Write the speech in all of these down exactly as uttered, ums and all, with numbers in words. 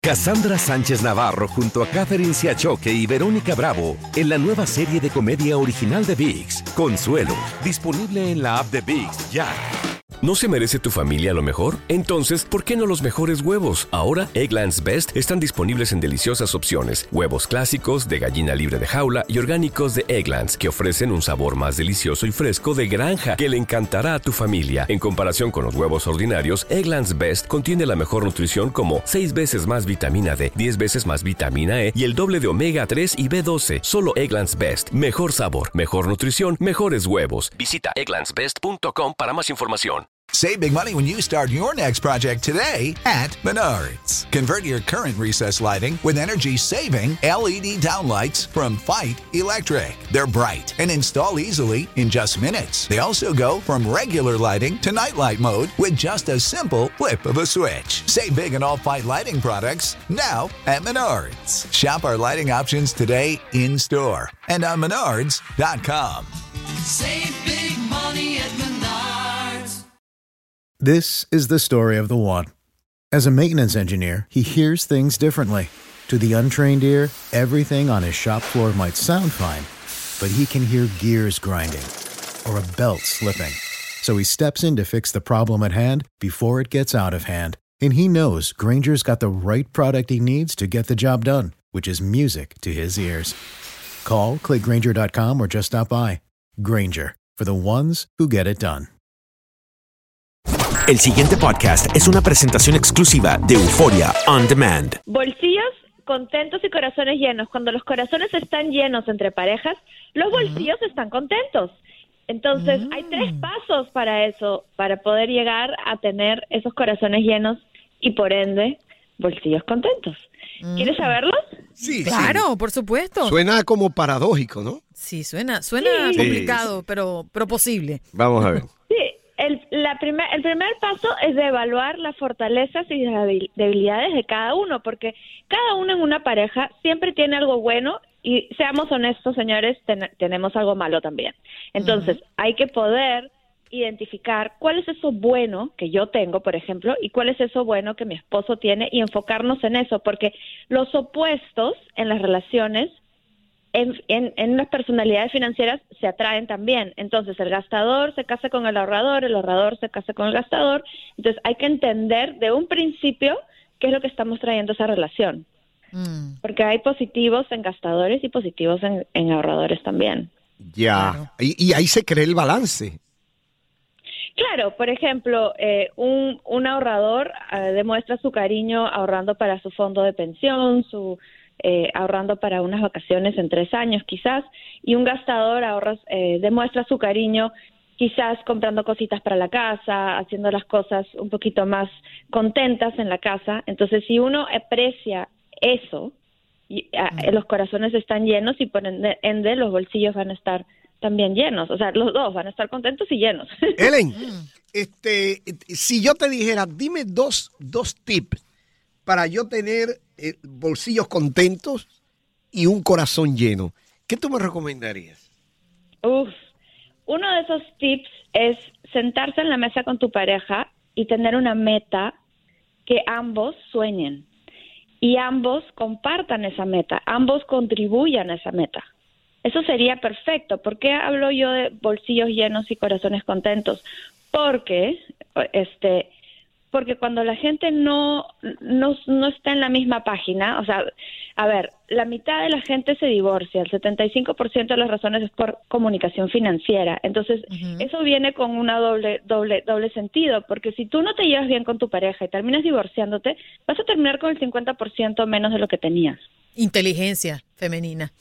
Cassandra Sánchez Navarro junto a Catherine Siachoque y Verónica Bravo en la nueva serie de comedia original de ViX, Consuelo, disponible en la app de ViX ya. ¿No se merece tu familia lo mejor? Entonces, ¿por qué no los mejores huevos? Ahora, Eggland's Best están disponibles en deliciosas opciones. Huevos clásicos, de gallina libre de jaula y orgánicos de Eggland's, que ofrecen un sabor más delicioso y fresco de granja que le encantará a tu familia. En comparación con los huevos ordinarios, Eggland's Best contiene la mejor nutrición como seis veces más vitamina D, diez veces más vitamina E y el doble de omega tres y B doce. Solo Eggland's Best. Mejor sabor, mejor nutrición, mejores huevos. Visita egglands best punto com para más información. Save big money when you start your next project today at Menards. Convert your current recessed lighting with energy-saving L E D downlights from Fight Electric. They're bright and install easily in just minutes. They also go from regular lighting to nightlight mode with just a simple flip of a switch. Save big on all Fight lighting products now at Menards. Shop our lighting options today in-store and on menards dot com. Save big money at Menards. This is the story of the one. As a maintenance engineer, he hears things differently. To the untrained ear, everything on his shop floor might sound fine, but he can hear gears grinding or a belt slipping. So he steps in to fix the problem at hand before it gets out of hand. And he knows Grainger's got the right product he needs to get the job done, which is music to his ears. Call, click Grainger dot com or just stop by. Grainger, for the ones who get it done. El siguiente podcast es una presentación exclusiva de Euforia On Demand. Bolsillos contentos y corazones llenos. Cuando los corazones están llenos entre parejas, los bolsillos uh-huh. están contentos. Entonces, uh-huh. hay tres pasos para eso, para poder llegar a tener esos corazones llenos y, por ende, bolsillos contentos. Uh-huh. ¿Quieres saberlos? Sí, claro, sí. por supuesto. Suena como paradójico, ¿no? Sí, suena, suena sí. complicado, sí. pero, pero posible. Vamos a ver. Sí. El, la primer, el primer paso es de evaluar las fortalezas y las debilidades de cada uno, porque cada uno en una pareja siempre tiene algo bueno y, seamos honestos, señores, ten, tenemos algo malo también. Entonces, uh-huh. hay que poder identificar cuál es eso bueno que yo tengo, por ejemplo, y cuál es eso bueno que mi esposo tiene y enfocarnos en eso, porque los opuestos en las relaciones En, en, en las personalidades financieras se atraen también. Entonces el gastador se casa con el ahorrador, el ahorrador se casa con el gastador. Entonces hay que entender de un principio qué es lo que estamos trayendo a esa relación. Mm. Porque hay positivos en gastadores y positivos en, en ahorradores también. Ya, claro. y, y ahí se crea el balance. Claro, por ejemplo, eh, un, un ahorrador eh, demuestra su cariño ahorrando para su fondo de pensión, su Eh, ahorrando para unas vacaciones en tres años quizás, y un gastador ahorra, eh, demuestra su cariño quizás comprando cositas para la casa, haciendo las cosas un poquito más contentas en la casa. Entonces, si uno aprecia eso, y, a, mm. los corazones están llenos y por ende, ende los bolsillos van a estar también llenos. O sea, los dos van a estar contentos y llenos. Ellen, este, si yo te dijera, dime dos, dos tips para yo tener eh, bolsillos contentos y un corazón lleno, ¿qué tú me recomendarías? Uf, uno de esos tips es sentarse en la mesa con tu pareja y tener una meta que ambos sueñen y ambos compartan esa meta, ambos contribuyan a esa meta. Eso sería perfecto. ¿Por qué hablo yo de bolsillos llenos y corazones contentos? Porque este porque cuando la gente no, no, no está en la misma página, o sea, a ver, la mitad de la gente se divorcia, el setenta y cinco por ciento de las razones es por comunicación financiera. Entonces, uh-huh. eso viene con una doble, doble, doble sentido, porque si tú no te llevas bien con tu pareja y terminas divorciándote, vas a terminar con el cincuenta por ciento menos de lo que tenías. Inteligencia femenina.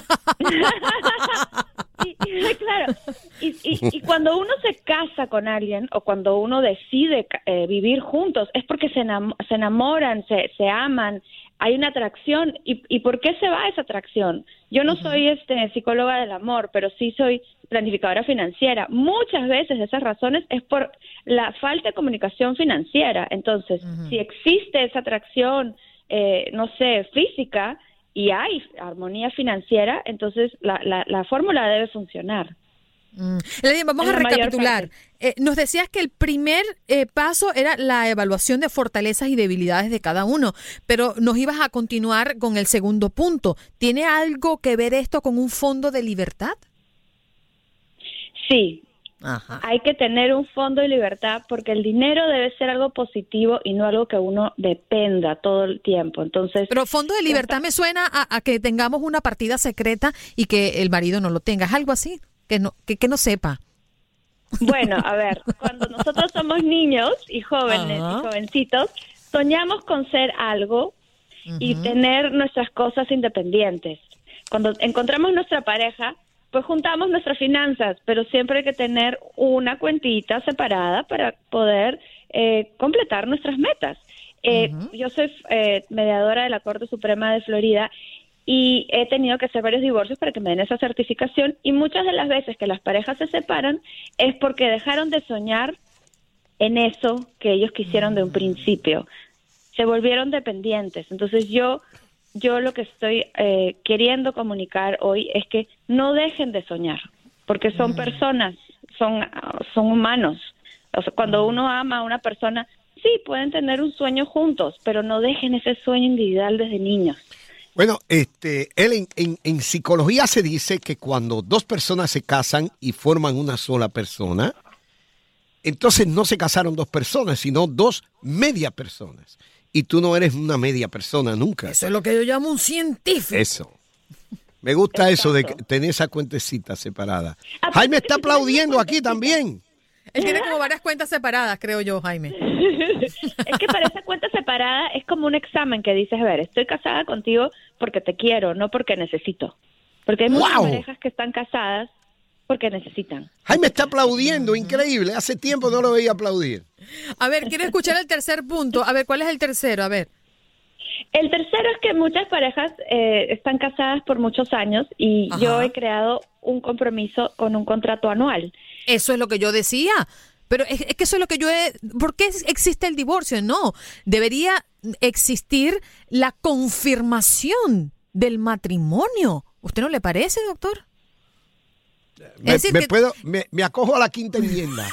Sí, claro. Y, y, y cuando uno se casa con alguien o cuando uno decide eh, vivir juntos es porque se, enam- se enamoran, se, se aman, hay una atracción. ¿Y, ¿Y por qué se va esa atracción? Yo no uh-huh. soy este psicóloga del amor, pero sí soy planificadora financiera. Muchas veces esas razones es por la falta de comunicación financiera. Entonces, uh-huh. si existe esa atracción, eh, no sé, física, y hay armonía financiera, entonces la, la, la fórmula debe funcionar. Mm. Elaine, vamos En a la mayor recapitular. Eh, nos decías que el primer eh, paso era la evaluación de fortalezas y debilidades de cada uno, pero nos ibas a continuar con el segundo punto. ¿Tiene algo que ver esto con un fondo de libertad? Sí. Ajá. Hay que tener un fondo de libertad porque el dinero debe ser algo positivo y no algo que uno dependa todo el tiempo. Entonces, Pero fondo de libertad me suena a, a que tengamos una partida secreta y que el marido no lo tenga. ¿Es algo así? Que no, que, que no sepa. bueno, a ver, cuando nosotros somos niños y jóvenes Ajá. y jovencitos, soñamos con ser algo y Ujú. tener nuestras cosas independientes. Cuando encontramos nuestra pareja, pues juntamos nuestras finanzas, pero siempre hay que tener una cuentita separada para poder eh, completar nuestras metas. Eh, Ujú. Yo soy eh, mediadora de la Corte Suprema de Florida y he tenido que hacer varios divorcios para que me den esa certificación, y muchas de las veces que las parejas se separan es porque dejaron de soñar en eso que ellos quisieron de un principio. Se volvieron dependientes. Entonces yo yo lo que estoy eh, queriendo comunicar hoy es que no dejen de soñar, porque son personas, son son humanos. O sea, cuando uno ama a una persona, sí, pueden tener un sueño juntos, pero no dejen ese sueño individual desde niños. Bueno, este, Ellen, en, en psicología se dice que cuando dos personas se casan y forman una sola persona, entonces no se casaron dos personas, sino dos media personas. Y tú no eres una media persona nunca. Eso es lo que yo llamo un científico. Eso. Me gusta eso de Exacto. tener esa cuentecita separada. Aparte Jaime que está si tienes aplaudiendo una aquí también. Él tiene como varias cuentas separadas, creo yo, Jaime. Es que para esa cuenta separada es como un examen que dices, a ver, estoy casada contigo porque te quiero, no porque necesito. Porque hay muchas ¡Wow! parejas que están casadas porque necesitan. Jaime está aplaudiendo, increíble. Hace tiempo no lo veía aplaudir. A ver, quiero escuchar el tercer punto. A ver, ¿cuál es el tercero? A ver. El tercero es que muchas parejas eh, están casadas por muchos años y Ajá. yo he creado un compromiso con un contrato anual. Eso es lo que yo decía. Pero es, es que eso es lo que yo he... ¿Por qué existe el divorcio? No, debería existir la confirmación del matrimonio. ¿Usted no le parece, doctor? Me, Es decir me que- puedo, me, me acojo a la quinta enmienda.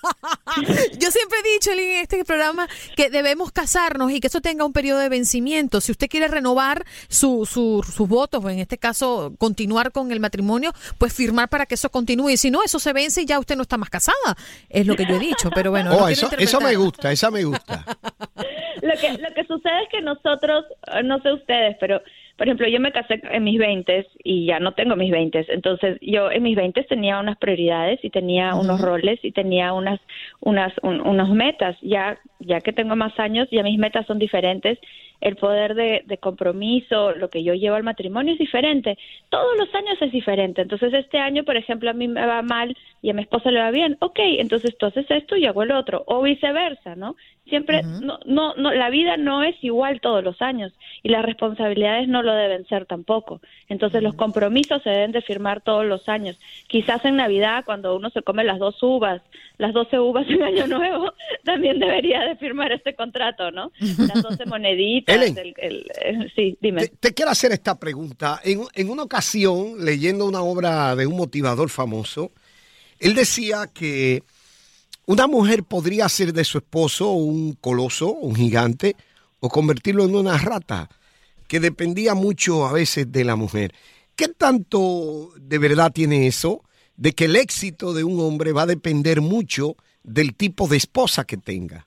Yo siempre he dicho en este programa que debemos casarnos y que eso tenga un periodo de vencimiento. Si usted quiere renovar su, su, sus votos, o en este caso continuar con el matrimonio, pues firmar para que eso continúe. Si no, eso se vence y ya usted no está más casada. Es lo que yo he dicho, pero bueno. Oh, no quiero eso, eso interpretar. me gusta, esa me gusta. Lo que, lo que sucede es que nosotros, eh, no sé ustedes, pero por ejemplo, yo me casé en mis veintes y ya no tengo mis veintes. Entonces, yo en mis veintes tenía unas prioridades y tenía uh-huh. unos roles y tenía unas unas un, unas metas. Ya ya que tengo más años, ya mis metas son diferentes. El poder de, de compromiso, lo que yo llevo al matrimonio es diferente. Todos los años es diferente. Entonces, este año, por ejemplo, a mí me va mal y a mi esposo le va bien. Ok, entonces tú haces esto y hago el otro. O viceversa, ¿no? Siempre, uh-huh. no, no, no, la vida no es igual todos los años y las responsabilidades no lo deben ser tampoco. Entonces, uh-huh. los compromisos se deben de firmar todos los años. Quizás en Navidad, cuando uno se come las dos uvas, las doce uvas en Año Nuevo, también debería de firmar este contrato, ¿no? Las doce moneditas. Ellen, el, el, el, sí, dime. Te, te quiero hacer esta pregunta. En, en una ocasión, leyendo una obra de un motivador famoso, él decía que una mujer podría hacer de su esposo un coloso, un gigante, o convertirlo en una rata, que dependía mucho a veces de la mujer. ¿Qué tanto de verdad tiene eso? De que el éxito de un hombre va a depender mucho del tipo de esposa que tenga.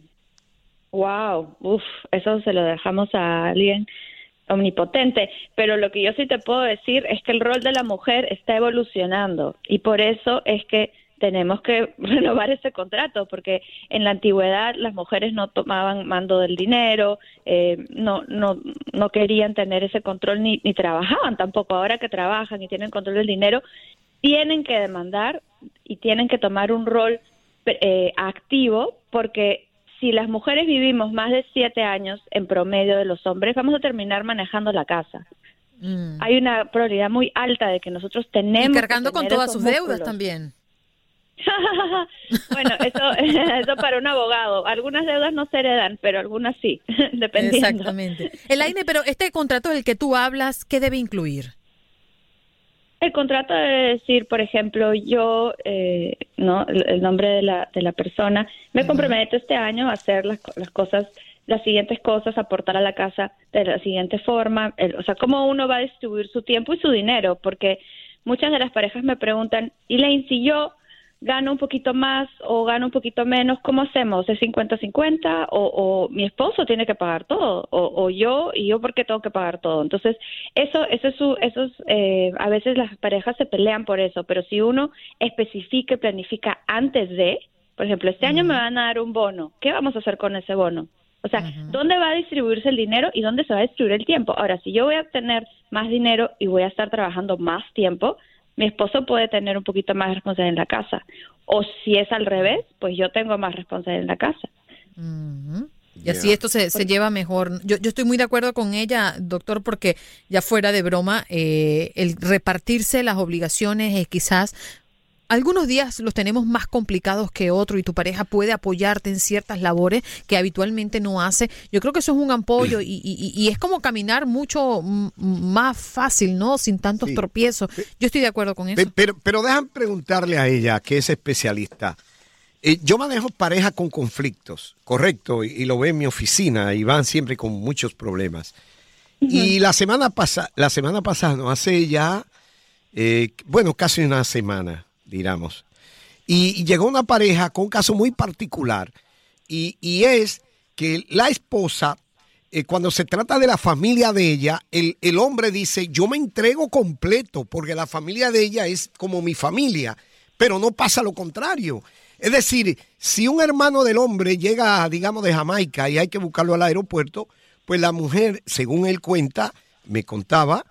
Wow, uf, eso se lo dejamos a alguien omnipotente, pero lo que yo sí te puedo decir es que el rol de la mujer está evolucionando y por eso es que tenemos que renovar ese contrato, porque en la antigüedad las mujeres no tomaban mando del dinero, eh, no no no querían tener ese control ni, ni trabajaban tampoco. Ahora que trabajan y tienen control del dinero, tienen que demandar y tienen que tomar un rol eh, activo, porque si las mujeres vivimos más de siete años en promedio de los hombres, vamos a terminar manejando la casa. Mm. Hay una probabilidad muy alta de que nosotros tenemos y cargando que tener con todas esos sus deudas músculos. También. Bueno, eso, eso para un abogado. Algunas deudas no se heredan, pero algunas sí, dependiendo. Exactamente. Elaine, pero este contrato del que tú hablas, ¿qué debe incluir? El contrato debe decir, por ejemplo, yo, eh, no, el, el nombre de la de la persona, me comprometo este año a hacer las, las cosas, las siguientes cosas, aportar a la casa de la siguiente forma, el, o sea, cómo uno va a distribuir su tiempo y su dinero, porque muchas de las parejas me preguntan, Elaine, si yo gano un poquito más o gano un poquito menos, ¿cómo hacemos? ¿Es cincuenta cincuenta? ¿O, o mi esposo tiene que pagar todo? ¿O, o yo? ¿Y yo por qué tengo que pagar todo? Entonces, eso, eso es su, eso es, eh, a veces las parejas se pelean por eso, pero si uno especifica y planifica antes de, por ejemplo, este uh-huh. año me van a dar un bono, ¿qué vamos a hacer con ese bono? O sea, uh-huh. ¿dónde va a distribuirse el dinero y dónde se va a distribuir el tiempo? Ahora, si yo voy a tener más dinero y voy a estar trabajando más tiempo, mi esposo puede tener un poquito más de responsabilidad en la casa. O si es al revés, pues yo tengo más responsabilidad en la casa. Uh-huh. Y así yeah. esto se, se lleva mejor. Yo, yo estoy muy de acuerdo con ella, doctor, porque ya fuera de broma, eh, el repartirse las obligaciones es quizás... Algunos días los tenemos más complicados que otros y tu pareja puede apoyarte en ciertas labores que habitualmente no hace. Yo creo que eso es un apoyo y, y, y es como caminar mucho m- más fácil, ¿no? Sin tantos sí. tropiezos. Yo estoy de acuerdo con eso. Pero, pero déjame preguntarle a ella, que es especialista. Eh, yo manejo parejas con conflictos, correcto, y, y lo ve en mi oficina y van siempre con muchos problemas. Uh-huh. Y la semana pasada, la semana pasada, no, hace ya, eh, bueno, casi una semana, digamos. Y, y llegó una pareja con un caso muy particular y, y es que la esposa, eh, cuando se trata de la familia de ella, el, el hombre dice, yo me entrego completo porque la familia de ella es como mi familia, pero no pasa lo contrario. Es decir, si un hermano del hombre llega, digamos, de Jamaica y hay que buscarlo al aeropuerto, pues la mujer, según él cuenta, me contaba,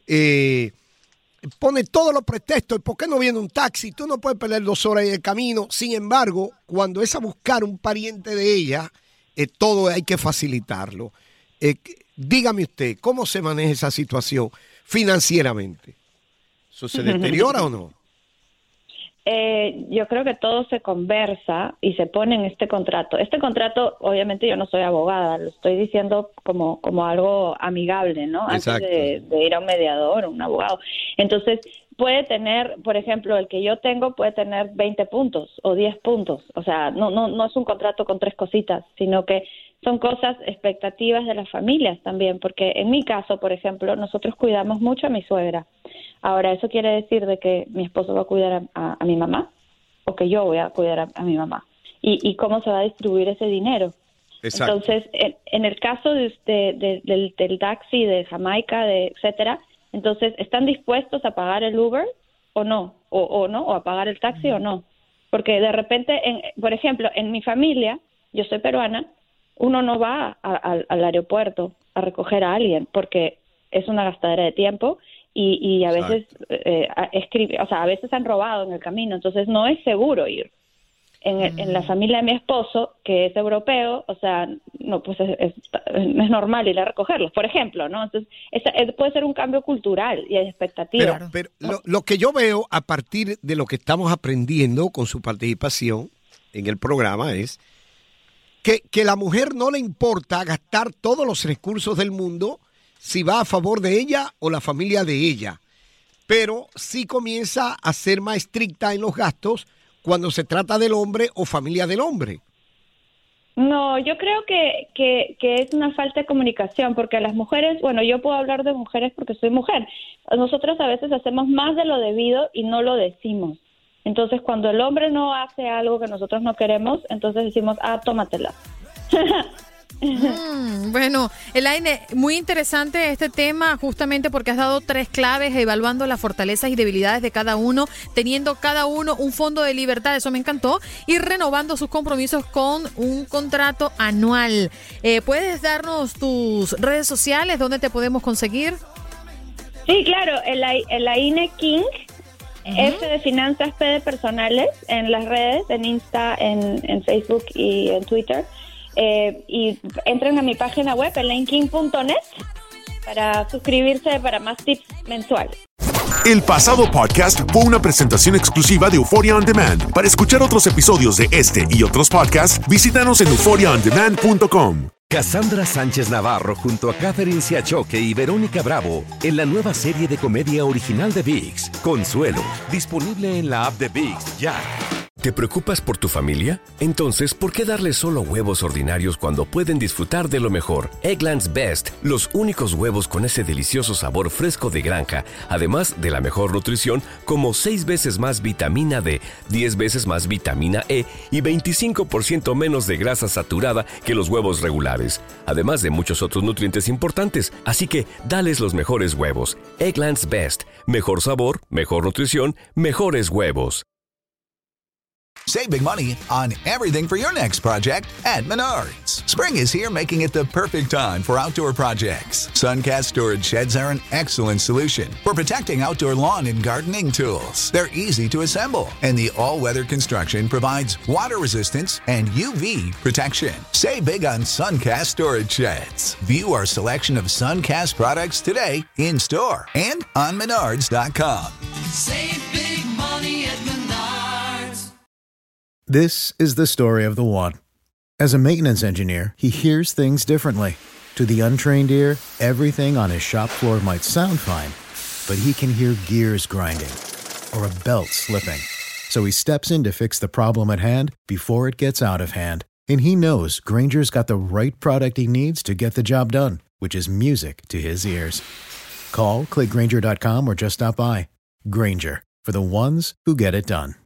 eh, pone todos los pretextos. ¿Por qué no viene un taxi? Tú no puedes perder dos horas en el camino. Sin embargo, cuando es a buscar un pariente de ella, eh, todo hay que facilitarlo. Eh, dígame usted, ¿cómo se maneja esa situación financieramente? ¿Eso se deteriora o no? Eh, yo creo que todo se conversa y se pone en este contrato. Este contrato, obviamente yo no soy abogada, lo estoy diciendo como, como algo amigable, ¿no? Exacto. Antes de, de ir a un mediador o un abogado. Entonces, puede tener, por ejemplo, el que yo tengo puede tener veinte puntos o diez puntos. O sea, no, no, no es un contrato con tres cositas, sino que son cosas, expectativas de las familias también, porque en mi caso, por ejemplo, nosotros cuidamos mucho a mi suegra. Ahora, ¿eso quiere decir de que mi esposo va a cuidar a, a, a mi mamá? ¿O que yo voy a cuidar a, a mi mamá? ¿Y, ¿Y cómo se va a distribuir ese dinero? Exacto. Entonces, en, en el caso de, de, de, del, del taxi, de Jamaica, de etcétera, entonces, ¿están dispuestos a pagar el Uber o no? ¿O, o no? ¿O a pagar el taxi o no? Porque de repente, en, por ejemplo, en mi familia, yo soy peruana, uno no va a, a, al aeropuerto a recoger a alguien porque es una gastadera de tiempo y, y a veces eh, escribe, o sea, a veces han robado en el camino, entonces no es seguro ir. En, mm. en la familia de mi esposo, que es europeo, o sea, no, pues es, es, es normal ir a recogerlos, por ejemplo, ¿no? Entonces, esa, es, puede ser un cambio cultural y de expectativas. Pero, pero ¿no? lo, lo que yo veo a partir de lo que estamos aprendiendo con su participación en el programa es que, que la mujer no le importa gastar todos los recursos del mundo si va a favor de ella o la familia de ella, pero sí comienza a ser más estricta en los gastos cuando se trata del hombre o familia del hombre. No, yo creo que, que, que es una falta de comunicación, porque las mujeres, bueno, yo puedo hablar de mujeres porque soy mujer, nosotros a veces hacemos más de lo debido y no lo decimos. Entonces, cuando el hombre no hace algo que nosotros no queremos, entonces decimos, ah, tómatela. Mm, bueno, Elaine, muy interesante este tema justamente porque has dado tres claves evaluando las fortalezas y debilidades de cada uno, teniendo cada uno un fondo de libertad, eso me encantó, y renovando sus compromisos con un contrato anual. Eh, ¿Puedes darnos tus redes sociales? ¿Dónde te podemos conseguir? Sí, claro, Elaine King, uh-huh. F de Finanzas, P de Personales, en las redes, en Insta, en, en Facebook y en Twitter. Eh, y entren a mi página web, elaine king punto net, para suscribirse para más tips mensuales. El pasado podcast fue una presentación exclusiva de Euphoria On Demand. Para escuchar otros episodios de este y otros podcasts, visítanos en euphoria on demand punto com. Cassandra Sánchez Navarro junto a Catherine Siachoque y Verónica Bravo en la nueva serie de comedia original de ViX, Consuelo, disponible en la app de ViX ya. ¿Te preocupas por tu familia? Entonces, ¿por qué darles solo huevos ordinarios cuando pueden disfrutar de lo mejor? Eggland's Best, los únicos huevos con ese delicioso sabor fresco de granja, además de la mejor nutrición, como seis veces más vitamina D, diez veces más vitamina E y veinticinco por ciento menos de grasa saturada que los huevos regulares, además de muchos otros nutrientes importantes. Así que, dales los mejores huevos. Eggland's Best, mejor sabor, mejor nutrición, mejores huevos. Save big money on everything for your next project at Menards. Spring is here, making it the perfect time for outdoor projects. Suncast storage sheds are an excellent solution for protecting outdoor lawn and gardening tools. They're easy to assemble, and the all-weather construction provides water resistance and U V protection. Save big on Suncast storage sheds. View our selection of Suncast products today in-store and on Menards dot com. Save big money at Menards. This is the story of the one. As a maintenance engineer, he hears things differently. To the untrained ear, everything on his shop floor might sound fine, but he can hear gears grinding or a belt slipping. So he steps in to fix the problem at hand before it gets out of hand. And he knows Grainger's got the right product he needs to get the job done, which is music to his ears. Call, click Grainger dot com, or just stop by. Grainger, for the ones who get it done.